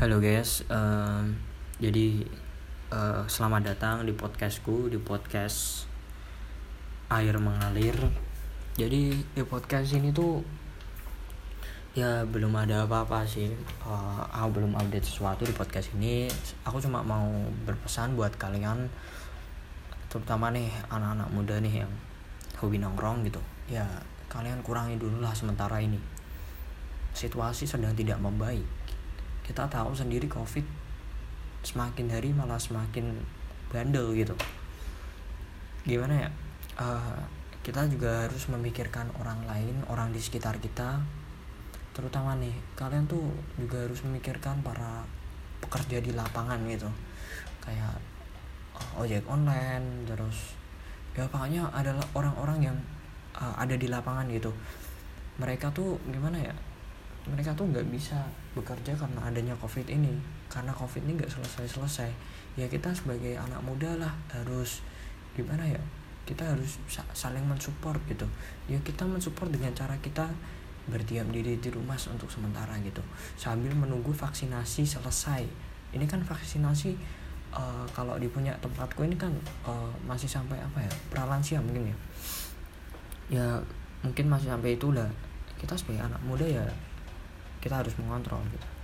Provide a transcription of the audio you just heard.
Halo guys, jadi selamat datang di podcastku, di podcast Air Mengalir. Jadi di podcast ini tuh ya belum ada apa-apa sih. Aku belum update sesuatu di podcast ini. Aku cuma mau berpesan buat kalian, terutama nih anak-anak muda nih yang hobi nongkrong gitu. Ya kalian kurangi dulu lah sementara ini. Situasi sedang tidak membaik. Kita tahu sendiri COVID semakin hari malah semakin bandel gitu. Gimana ya, kita juga harus memikirkan orang lain, orang di sekitar kita. Terutama nih, kalian tuh juga harus memikirkan para pekerja di lapangan gitu, kayak ojek online, terus ya pokoknya adalah orang-orang yang ada di lapangan gitu. Mereka tuh gimana ya, mereka tuh nggak bisa bekerja karena adanya COVID ini, karena COVID ini nggak selesai. Ya kita sebagai anak muda lah harus gimana ya, kita harus saling mensupport gitu. Ya kita mensupport dengan cara kita berdiam diri di rumah untuk sementara gitu, sambil menunggu vaksinasi selesai. Ini kan vaksinasi kalau di punya tempatku ini kan masih sampai pralansia mungkin ya mungkin masih sampai itu lah. Kita sebagai anak muda ya kita harus mengontrol gitu.